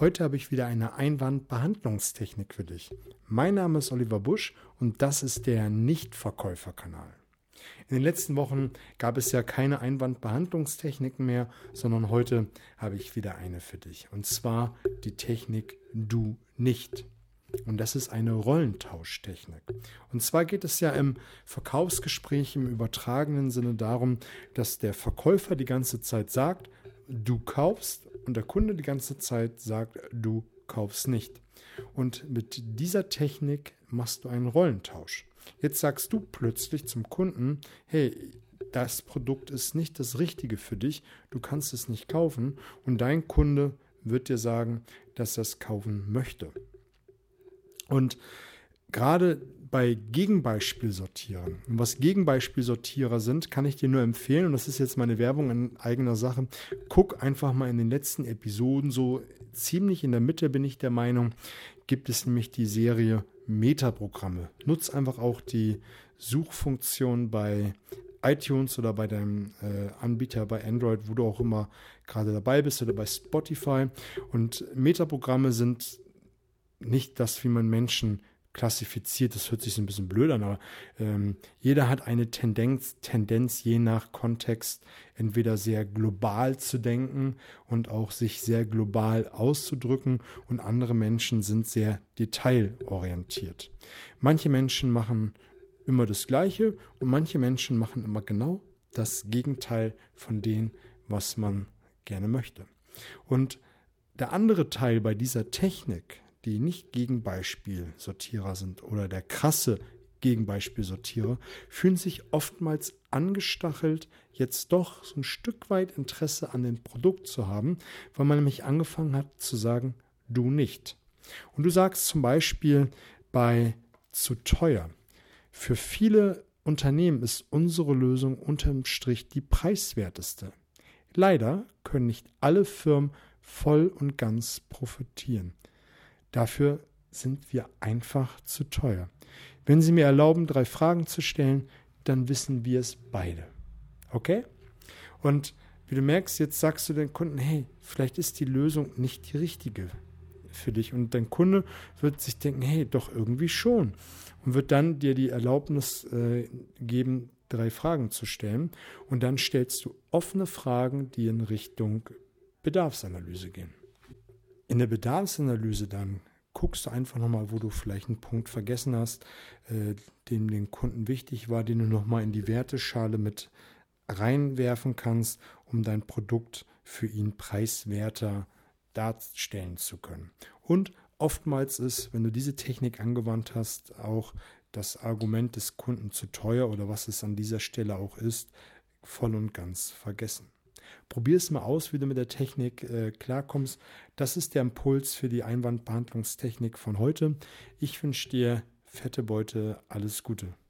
Heute habe ich wieder eine Einwandbehandlungstechnik für dich. Mein Name ist Oliver Busch und das ist der Nichtverkäuferkanal. In den letzten Wochen gab es ja keine Einwandbehandlungstechniken mehr, sondern heute habe ich wieder eine für dich. Und zwar die Technik Du nicht. Und das ist eine Rollentauschtechnik. Und zwar geht es ja im Verkaufsgespräch im übertragenen Sinne darum, dass der Verkäufer die ganze Zeit sagt, du kaufst, und der Kunde die ganze Zeit sagt, du kaufst nicht. Und mit dieser Technik machst du einen Rollentausch. Jetzt sagst du plötzlich zum Kunden, hey, das Produkt ist nicht das Richtige für dich, du kannst es nicht kaufen, und dein Kunde wird dir sagen, dass er es kaufen möchte. Und gerade bei Gegenbeispielsortierern, und was Gegenbeispielsortierer sind, kann ich dir nur empfehlen, und das ist jetzt meine Werbung in eigener Sache, guck einfach mal in den letzten Episoden, so ziemlich in der Mitte bin ich der Meinung, gibt es nämlich die Serie Metaprogramme. Nutz einfach auch die Suchfunktion bei iTunes oder bei deinem Anbieter bei Android, wo du auch immer gerade dabei bist, oder bei Spotify. Und Metaprogramme sind nicht das, wie man Menschen klassifiziert. Das hört sich so ein bisschen blöd an, aber jeder hat eine Tendenz je nach Kontext entweder sehr global zu denken und auch sich sehr global auszudrücken, und andere Menschen sind sehr detailorientiert. Manche Menschen machen immer das Gleiche und manche Menschen machen immer genau das Gegenteil von dem, was man gerne möchte. Und der andere Teil bei dieser Technik, die nicht Gegenbeispielsortierer sind oder der krasse Gegenbeispielsortierer, fühlen sich oftmals angestachelt, jetzt doch so ein Stück weit Interesse an dem Produkt zu haben, weil man nämlich angefangen hat zu sagen, du nicht. Und du sagst zum Beispiel bei zu teuer. Für viele Unternehmen ist unsere Lösung unterm Strich die preiswerteste. Leider können nicht alle Firmen voll und ganz profitieren. Dafür sind wir einfach zu teuer. Wenn Sie mir erlauben, 3 Fragen zu stellen, dann wissen wir es beide. Okay? Und wie du merkst, jetzt sagst du den Kunden, hey, vielleicht ist die Lösung nicht die richtige für dich. Und dein Kunde wird sich denken, hey, doch irgendwie schon. Und wird dann dir die Erlaubnis geben, 3 Fragen zu stellen. Und dann stellst du offene Fragen, die in Richtung Bedarfsanalyse gehen. In der Bedarfsanalyse dann guckst du einfach nochmal, wo du vielleicht einen Punkt vergessen hast, dem Kunden wichtig war, den du nochmal in die Werteschale mit reinwerfen kannst, um dein Produkt für ihn preiswerter darstellen zu können. Und oftmals ist, wenn du diese Technik angewandt hast, auch das Argument des Kunden zu teuer oder was es an dieser Stelle auch ist, voll und ganz vergessen. Probier es mal aus, wie du mit der Technik klarkommst. Das ist der Impuls für die Einwandbehandlungstechnik von heute. Ich wünsche dir fette Beute, alles Gute.